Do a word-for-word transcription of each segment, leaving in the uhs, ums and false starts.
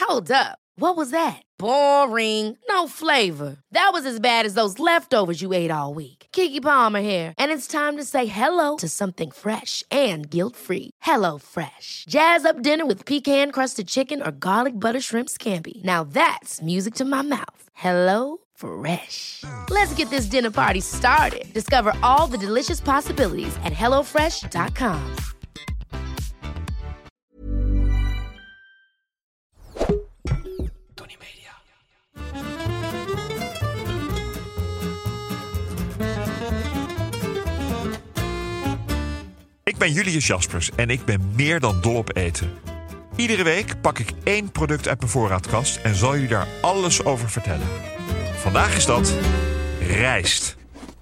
Hold up. What was that? Boring. No flavor. That was as bad as those leftovers you ate all week. Keke Palmer here, and it's time to say hello to something fresh and guilt-free. Hello Fresh. Jazz up dinner with pecan-crusted chicken or garlic butter shrimp scampi. Now that's music to my mouth. Hello Fresh. Let's get this dinner party started. Discover all the delicious possibilities at hello fresh dot com. Tony Media. Ik ben Julius Jaspers en ik ben meer dan dol op eten. Iedere week pak ik één product uit mijn voorraadkast en zal jullie daar alles over vertellen. Vandaag is dat rijst.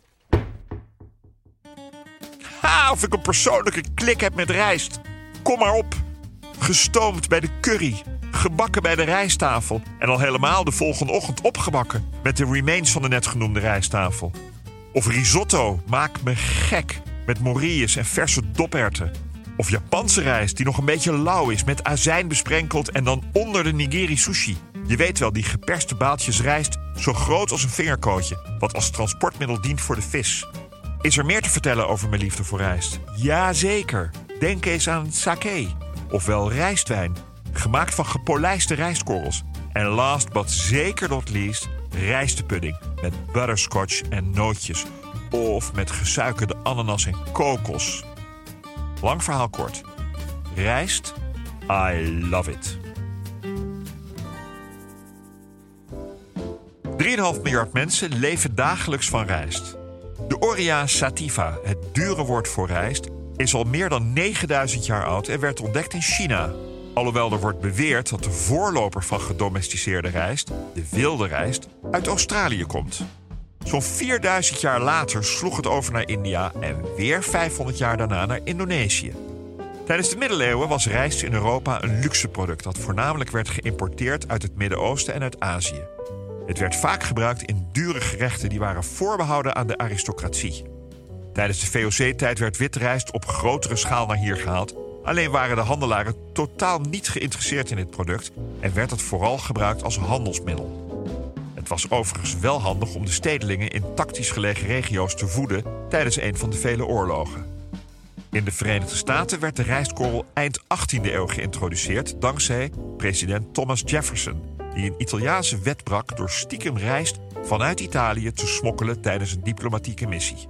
Ha, of ik een persoonlijke klik heb met rijst. Kom maar op. Gestoomd bij de curry. Gebakken bij de rijsttafel. En al helemaal de volgende ochtend opgebakken met de remains van de net genoemde rijsttafel. Of risotto, maak me gek. Met morilles en verse doperwten. Of Japanse rijst die nog een beetje lauw is met azijn besprenkeld en dan onder de nigiri sushi. Je weet wel, die geperste baaltjes rijst zo groot als een vingerkootje, wat als transportmiddel dient voor de vis. Is er meer te vertellen over mijn liefde voor rijst? Jazeker. Denk eens aan sake, ofwel rijstwijn, gemaakt van gepolijste rijstkorrels. En last but zeker not least, rijstpudding met butterscotch en nootjes. Of met gesuikerde ananas en kokos. Lang verhaal kort. Rijst, I love it. drie komma vijf miljard mensen leven dagelijks van rijst. De Oria sativa, het dure woord voor rijst, is al meer dan negenduizend jaar oud en werd ontdekt in China. Alhoewel er wordt beweerd dat de voorloper van gedomesticeerde rijst, de wilde rijst, uit Australië komt. Zo'n vierduizend jaar later sloeg het over naar India en weer vijfhonderd jaar daarna naar Indonesië. Tijdens de middeleeuwen was rijst in Europa een luxe product dat voornamelijk werd geïmporteerd uit het Midden-Oosten en uit Azië. Het werd vaak gebruikt in dure gerechten die waren voorbehouden aan de aristocratie. Tijdens de V O C-tijd werd witte rijst op grotere schaal naar hier gehaald. Alleen waren de handelaren totaal niet geïnteresseerd in dit product en werd het vooral gebruikt als handelsmiddel. Het was overigens wel handig om de stedelingen in tactisch gelegen regio's te voeden tijdens een van de vele oorlogen. In de Verenigde Staten werd de rijstkorrel eind achttiende eeuw geïntroduceerd dankzij president Thomas Jefferson, die een Italiaanse wet brak door stiekem rijst vanuit Italië te smokkelen tijdens een diplomatieke missie.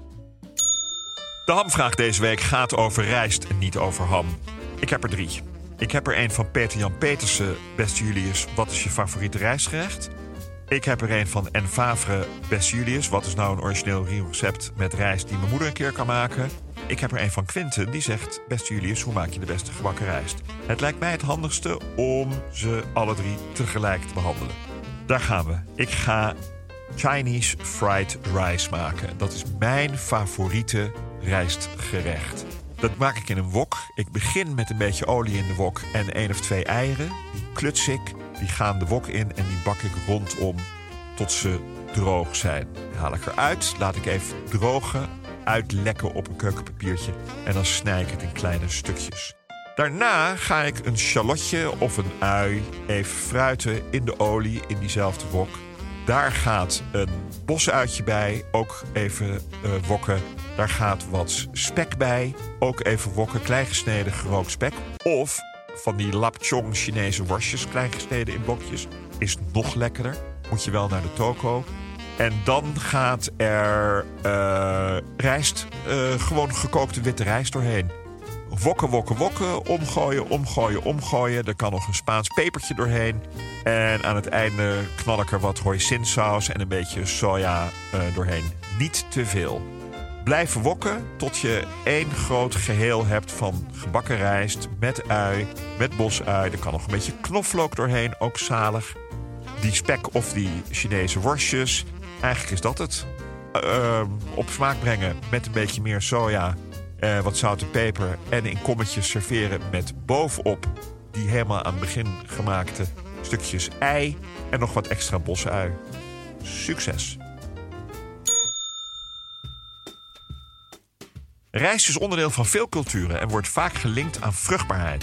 De hamvraag deze week gaat over rijst en niet over ham. Ik heb er drie. Ik heb er een van Peter-Jan Petersen. Beste Julius, wat is je favoriete rijstgerecht? Ik heb er een van N. Favre. Beste Julius, wat is nou een origineel recept met rijst die mijn moeder een keer kan maken? Ik heb er een van Quinten die zegt: beste Julius, hoe maak je de beste gebakken rijst? Het lijkt mij het handigste om ze alle drie tegelijk te behandelen. Daar gaan we. Ik ga Chinese fried rice maken. Dat is mijn favoriete rijstgerecht. Dat maak ik in een wok. Ik begin met een beetje olie in de wok en één of twee eieren. Die kluts ik, die gaan de wok in en die bak ik rondom tot ze droog zijn. Die haal ik eruit, laat ik even drogen, uitlekken op een keukenpapiertje en dan snij ik het in kleine stukjes. Daarna ga ik een shallotje of een ui even fruiten in de olie in diezelfde wok. Daar gaat een bosuitje bij, ook even uh, wokken. Daar gaat wat spek bij, ook even wokken, klein gesneden gerookt spek. Of van die lapchong Chinese worstjes, klein gesneden in blokjes, is nog lekkerder. Moet je wel naar de toko. En dan gaat er uh, rijst, uh, gewoon gekookte witte rijst doorheen. Wokken, wokken, wokken, omgooien, omgooien, omgooien. Er kan nog een Spaans pepertje doorheen. En aan het einde knal ik er wat hoisinsaus en een beetje soja uh, doorheen. Niet te veel. Blijven wokken tot je één groot geheel hebt van gebakken rijst met ui, met bosui. Er kan nog een beetje knoflook doorheen, ook zalig. Die spek of die Chinese worstjes. Eigenlijk is dat het. Uh, op smaak brengen met een beetje meer soja, uh, wat zout en peper. En in kommetjes serveren met bovenop die helemaal aan het begin gemaakte stukjes ei en nog wat extra bosui. Succes! Rijst is onderdeel van veel culturen en wordt vaak gelinkt aan vruchtbaarheid.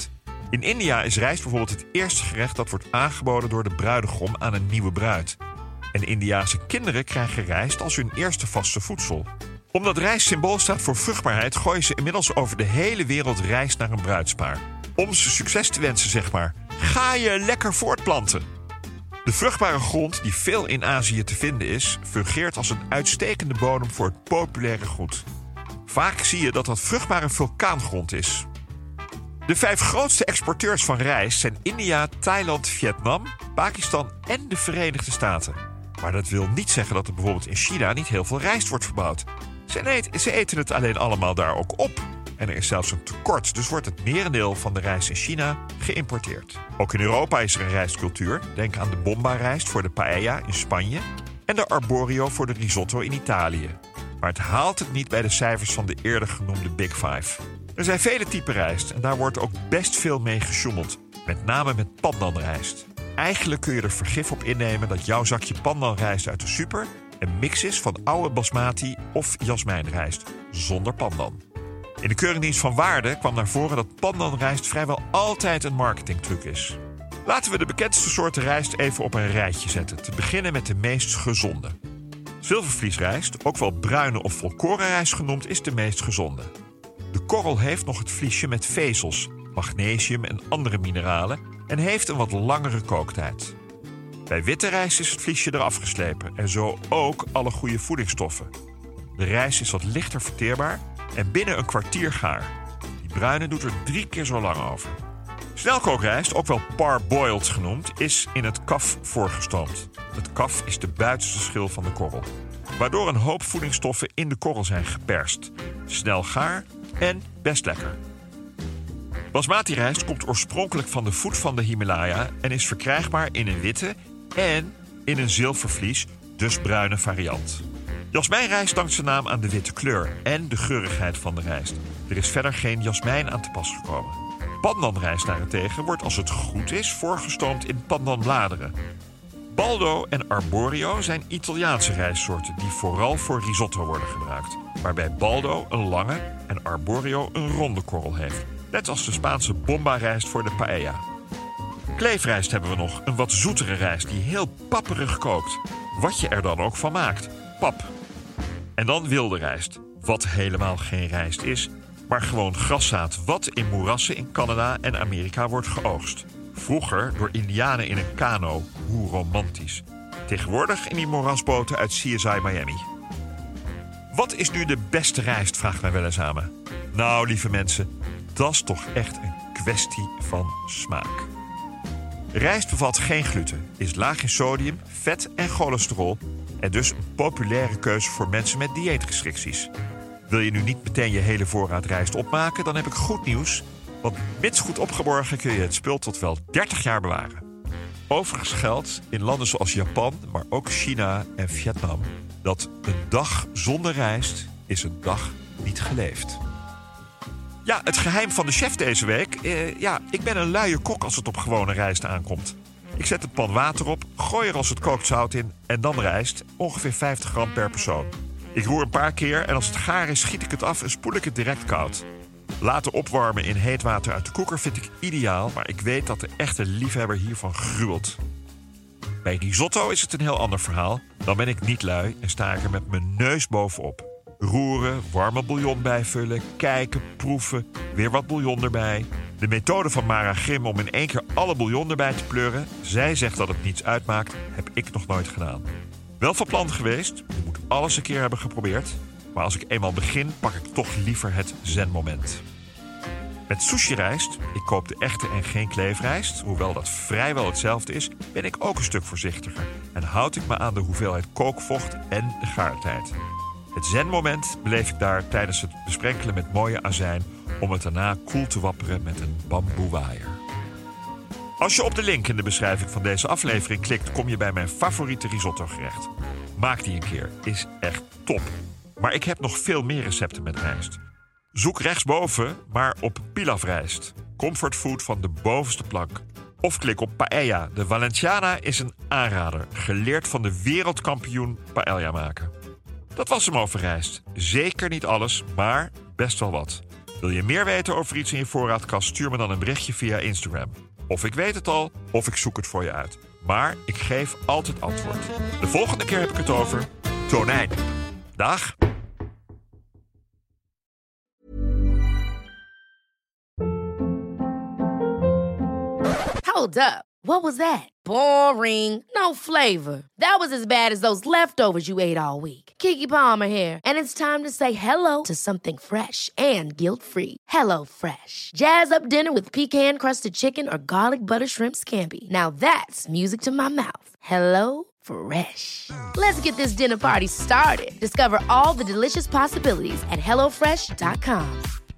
In India is rijst bijvoorbeeld het eerste gerecht dat wordt aangeboden door de bruidegom aan een nieuwe bruid. En Indiase kinderen krijgen rijst als hun eerste vaste voedsel. Omdat rijst symbool staat voor vruchtbaarheid, gooien ze inmiddels over de hele wereld rijst naar een bruidspaar. Om ze succes te wensen, zeg maar. Ga je lekker voortplanten. De vruchtbare grond, die veel in Azië te vinden is, fungeert als een uitstekende bodem voor het populaire goed. Vaak zie je dat dat vruchtbare vulkaangrond is. De vijf grootste exporteurs van rijst zijn India, Thailand, Vietnam, Pakistan en de Verenigde Staten. Maar dat wil niet zeggen dat er bijvoorbeeld in China niet heel veel rijst wordt verbouwd. Ze eten het alleen allemaal daar ook op. En er is zelfs een tekort, dus wordt het merendeel van de rijst in China geïmporteerd. Ook in Europa is er een rijstcultuur. Denk aan de bomba-rijst voor de paella in Spanje en de arborio voor de risotto in Italië. Maar het haalt het niet bij de cijfers van de eerder genoemde Big Five. Er zijn vele typen rijst en daar wordt ook best veel mee gesjoemeld. Met name met pandanrijst. Eigenlijk kun je er vergif op innemen dat jouw zakje pandanrijst uit de super een mix is van oude basmati of jasmijnrijst, zonder pandan. In de Keuringsdienst van Waarde kwam naar voren dat pandanrijst vrijwel altijd een marketingtruc is. Laten we de bekendste soorten rijst even op een rijtje zetten, te beginnen met de meest gezonde. Zilvervliesrijst, ook wel bruine of volkorenrijst genoemd, is de meest gezonde. De korrel heeft nog het vliesje met vezels, magnesium en andere mineralen en heeft een wat langere kooktijd. Bij witte rijst is het vliesje eraf geslepen en zo ook alle goede voedingsstoffen. De rijst is wat lichter verteerbaar en binnen een kwartier gaar. Die bruine doet er drie keer zo lang over. Snelkookrijst, ook wel parboiled genoemd, is in het kaf voorgestoomd. Het kaf is de buitenste schil van de korrel, waardoor een hoop voedingsstoffen in de korrel zijn geperst. Snel gaar en best lekker. Basmati-rijst komt oorspronkelijk van de voet van de Himalaya en is verkrijgbaar in een witte en in een zilvervlies, dus bruine variant. Jasmijnrijst dankt zijn naam aan de witte kleur en de geurigheid van de rijst. Er is verder geen jasmijn aan te pas gekomen. Pandanrijst daarentegen wordt als het goed is voorgestoomd in pandanbladeren. Baldo en arborio zijn Italiaanse rijstsoorten die vooral voor risotto worden gebruikt. Waarbij baldo een lange en arborio een ronde korrel heeft. Net als de Spaanse bomba-rijst voor de paella. Kleefrijst hebben we nog, een wat zoetere rijst die heel papperig kookt. Wat je er dan ook van maakt. Pap. En dan wilde rijst, wat helemaal geen rijst is, maar gewoon graszaad wat in moerassen in Canada en Amerika wordt geoogst. Vroeger door Indianen in een kano, hoe romantisch. Tegenwoordig in die moerasboten uit C S I Miami. Wat is nu de beste rijst, vraagt mij wel eens aan me. Nou, lieve mensen, dat is toch echt een kwestie van smaak. Rijst bevat geen gluten, is laag in sodium, vet en cholesterol en dus een populaire keuze voor mensen met dieetrestricties. Wil je nu niet meteen je hele voorraad rijst opmaken, dan heb ik goed nieuws. Want mits goed opgeborgen kun je het spul tot wel dertig jaar bewaren. Overigens geldt in landen zoals Japan, maar ook China en Vietnam, dat een dag zonder rijst is een dag niet geleefd. Ja, het geheim van de chef deze week. Eh, ja, ik ben een luie kok als het op gewone rijst aankomt. Ik zet een pan water op, gooi er als het kookt zout in en dan rijst, ongeveer vijftig gram per persoon. Ik roer een paar keer en als het gaar is schiet ik het af en spoel ik het direct koud. Laten opwarmen in heet water uit de koeker vind ik ideaal, maar ik weet dat de echte liefhebber hiervan gruwelt. Bij risotto is het een heel ander verhaal. Dan ben ik niet lui en sta ik er met mijn neus bovenop. Roeren, warme bouillon bijvullen, kijken, proeven, weer wat bouillon erbij. De methode van Mara Grim om in één keer alle bouillon erbij te pleuren, zij zegt dat het niets uitmaakt, heb ik nog nooit gedaan. Wel van plan geweest, je moet alles een keer hebben geprobeerd. Maar als ik eenmaal begin, pak ik toch liever het zenmoment. Met sushi-rijst, ik koop de echte en geen kleefrijst, hoewel dat vrijwel hetzelfde is, ben ik ook een stuk voorzichtiger en houd ik me aan de hoeveelheid kookvocht en de gaartijd. Het zenmoment beleef ik daar tijdens het besprenkelen met mooie azijn om het daarna koel te wapperen met een bamboewaaier. Als je op de link in de beschrijving van deze aflevering klikt, kom je bij mijn favoriete risotto gerecht. Maak die een keer, is echt top. Maar ik heb nog veel meer recepten met rijst. Zoek rechtsboven maar op pilafrijst. Comfortfood van de bovenste plank. Of klik op paella. De Valenciana is een aanrader. Geleerd van de wereldkampioen paella maken. Dat was hem over rijst. Zeker niet alles, maar best wel wat. Wil je meer weten over iets in je voorraadkast? Stuur me dan een berichtje via Instagram. Of ik weet het al, of ik zoek het voor je uit. Maar ik geef altijd antwoord. De volgende keer heb ik het over tonijn. Dag! Hold up. What was that? Boring. No flavor. That was as bad as those leftovers you ate all week. Keke Palmer here, and it's time to say hello to something fresh and guilt-free. Hello Fresh. Jazz up dinner with pecan-crusted chicken or garlic butter shrimp scampi. Now that's music to my mouth. Hello Fresh. Let's get this dinner party started. Discover all the delicious possibilities at hello fresh dot com.